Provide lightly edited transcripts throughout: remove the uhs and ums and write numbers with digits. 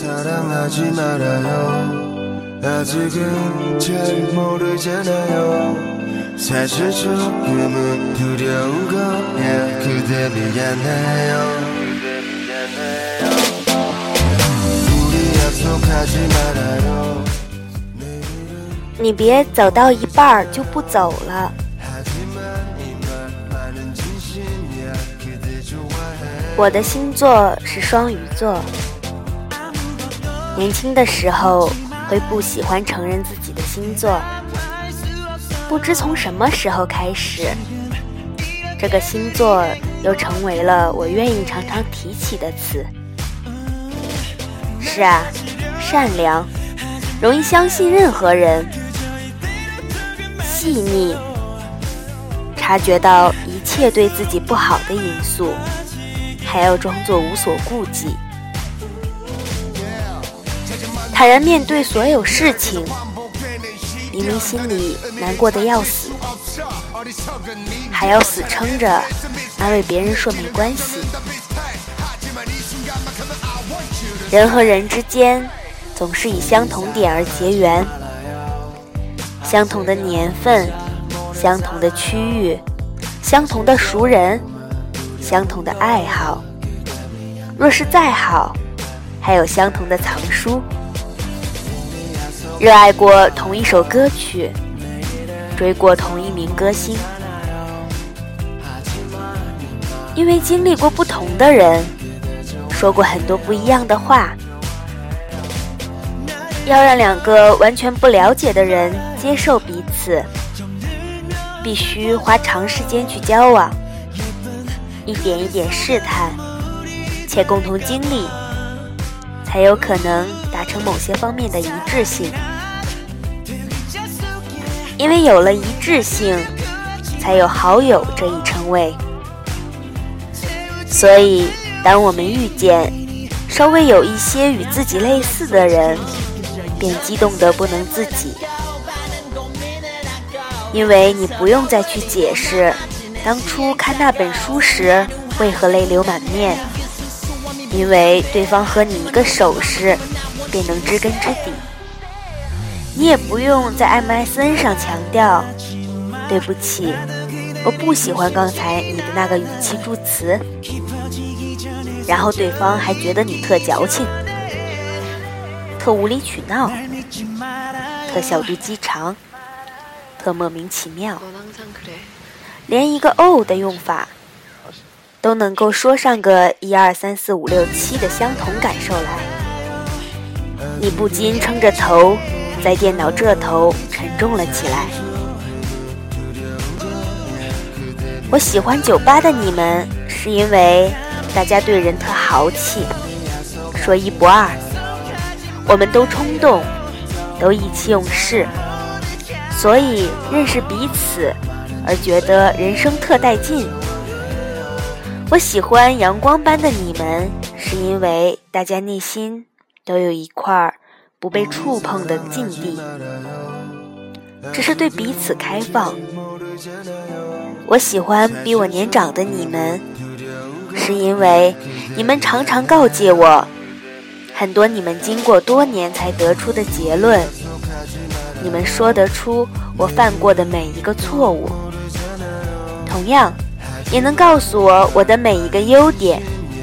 사랑하지 말아요 아직은 잘 모르잖아요 사실 조금은 두려운 거야 그대 미안해요 우리 약속하지 말아요 你别走到一半就不走了。我的星座是双鱼座，年轻的时候会不喜欢承认自己的星座，不知从什么时候开始，这个星座又成为了我愿意常常提起的词。是啊，善良，容易相信任何人，细腻，察觉到一切对自己不好的因素，还要装作无所顾忌，坦然面对所有事情，明明心里难过的要死，还要死撑着安慰别人说没关系。人和人之间总是以相同点而结缘，相同的年份，相同的区域，相同的熟人，相同的爱好，若是再好，还有相同的藏书。热爱过同一首歌曲，追过同一名歌星，因为经历过不同的人，说过很多不一样的话。要让两个完全不了解的人接受彼此，必须花长时间去交往，一点一点试探，且共同经历，才有可能达成某些方面的一致性。因为有了一致性，才有好友这一称谓。所以当我们遇见稍微有一些与自己类似的人，便激动得不能自己，因为你不用再去解释当初看那本书时为何泪流满面，因为对方和你一个手势便能知根知底。你也不用在 MSN 上强调对不起，我不喜欢刚才你的那个语气助词，然后对方还觉得你特矫情，特无理取闹，特小肚鸡肠，特莫名其妙，连一个哦的用法都能够说上个1、2、3、4、5、6、7的相同感受来。你不禁撑着头在电脑这头沉重了起来。我喜欢酒吧的你们，是因为大家对人特豪气，说一不二，我们都冲动，都意气用事，所以认识彼此而觉得人生特带劲。我喜欢阳光般的你们，是因为大家内心都有一块不被触碰的禁地，只是对彼此开放。我喜欢比我年长的你们，是因为你们常常告诫我很多你们经过多年才得出的结论，你们说得出我犯过的每一个错误，同样也能告诉我的每一个优点。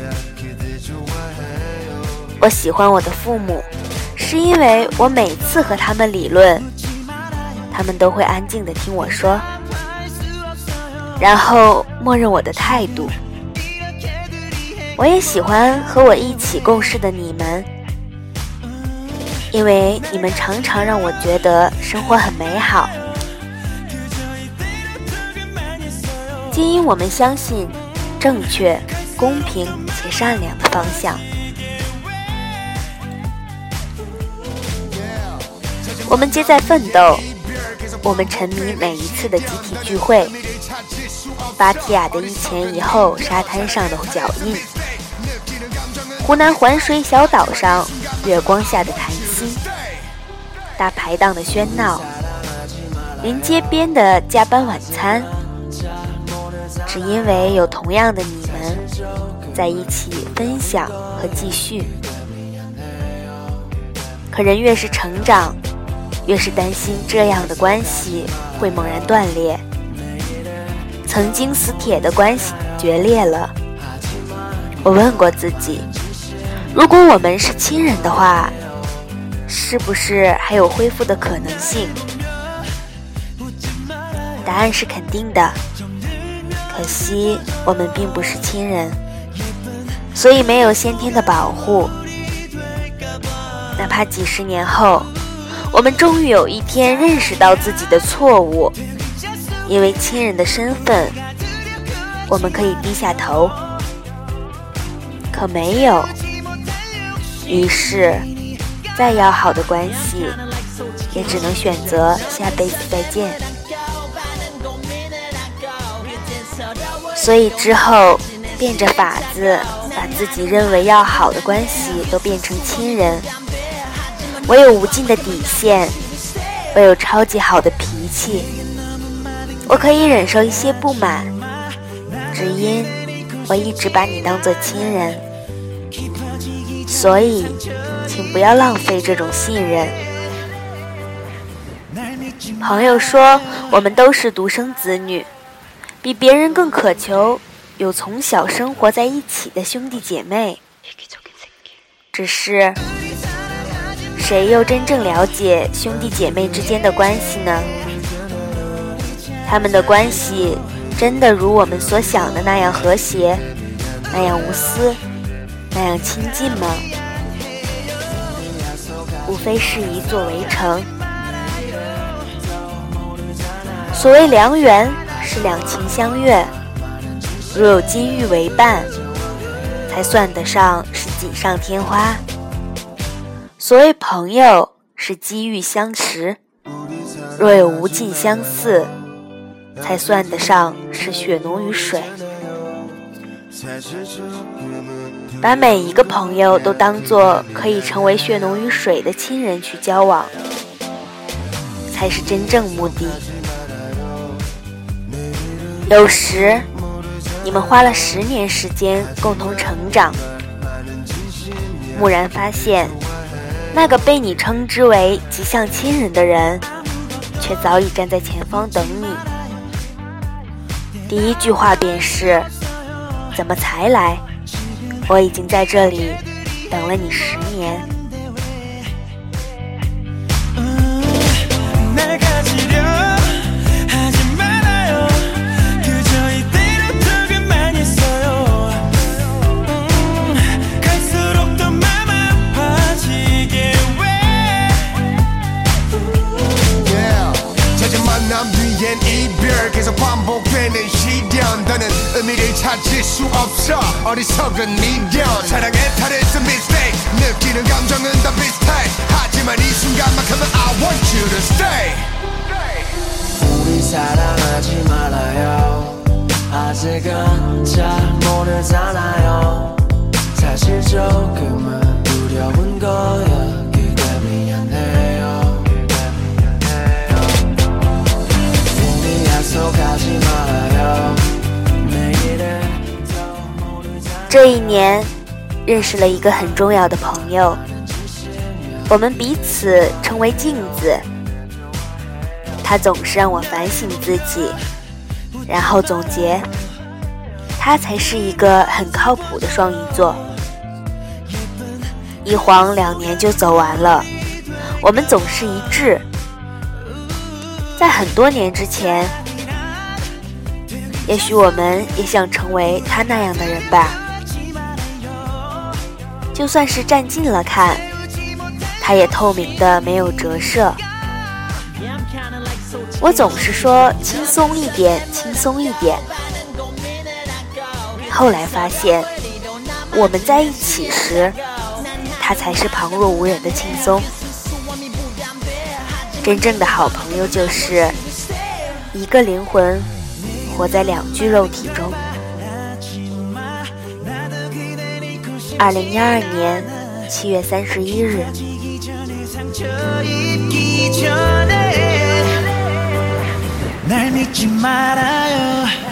我喜欢我的父母，是因为我每次和他们理论，他们都会安静地听我说，然后默认我的态度。我也喜欢和我一起共事的你们，因为你们常常让我觉得生活很美好。皆因我们相信正确、公平且善良的方向。我们皆在奋斗，我们沉迷每一次的集体聚会，芭提雅的一前一后沙滩上的脚印，湖南环水小岛上月光下的谈心，大排档的喧闹，临街边的加班晚餐，只因为有同样的你们在一起分享和继续。 可人越是成长，越是担心这样的关系会猛然断裂，曾经死铁的关系决裂了。我问过自己，如果我们是亲人的话，是不是还有恢复的可能性？答案是肯定的。可惜我们并不是亲人，所以没有先天的保护。哪怕几十年后，我们终于有一天认识到自己的错误，因为亲人的身份，我们可以低下头，可没有。于是再要好的关系，也只能选择下辈子再见。所以之后变着法子把自己认为要好的关系都变成亲人。我有无尽的底线，我有超级好的脾气，我可以忍受一些不满，只因我一直把你当作亲人。所以请不要浪费这种信任。朋友说我们都是独生子女，比别人更渴求有从小生活在一起的兄弟姐妹。只是谁又真正了解兄弟姐妹之间的关系呢？他们的关系真的如我们所想的那样和谐，那样无私，那样亲近吗？无非是一座围城。所谓良缘，是两情相悦，若有金玉为伴，才算得上是锦上添花。所谓朋友，是机遇相识，若有无尽相似，才算得上是血浓于水。把每一个朋友都当作可以成为血浓于水的亲人去交往，才是真正目的。有时你们花了10年时间共同成长，蓦然发现那个被你称之为极像亲人的人，却早已站在前方等你。第一句话便是：怎么才来？我已经在这里等了你10年。 어리석은 미련 사랑에 탈했던 mistake 느끼는 감정은 다 비슷해 하지만 이 순간만큼은 I want you to stay 우리 사랑하지 말아요 아직은 잘 모르잖아요 사실 조금은 두려운 거야 그대 미안해요 우리 약속하지 말아요 내일은 这一年认识了一个很重要的朋友，我们彼此成为镜子。他总是让我反省自己，然后总结，他才是一个很靠谱的双鱼座。一晃2年就走完了，我们总是一致。在很多年之前，也许我们也想成为他那样的人吧。就算是站近了看，它也透明的没有折射。我总是说轻松一点，轻松一点。后来发现，我们在一起时，它才是旁若无人的轻松。真正的好朋友就是一个灵魂活在2具肉体中。2012年7月31日。 날 믿지 말아요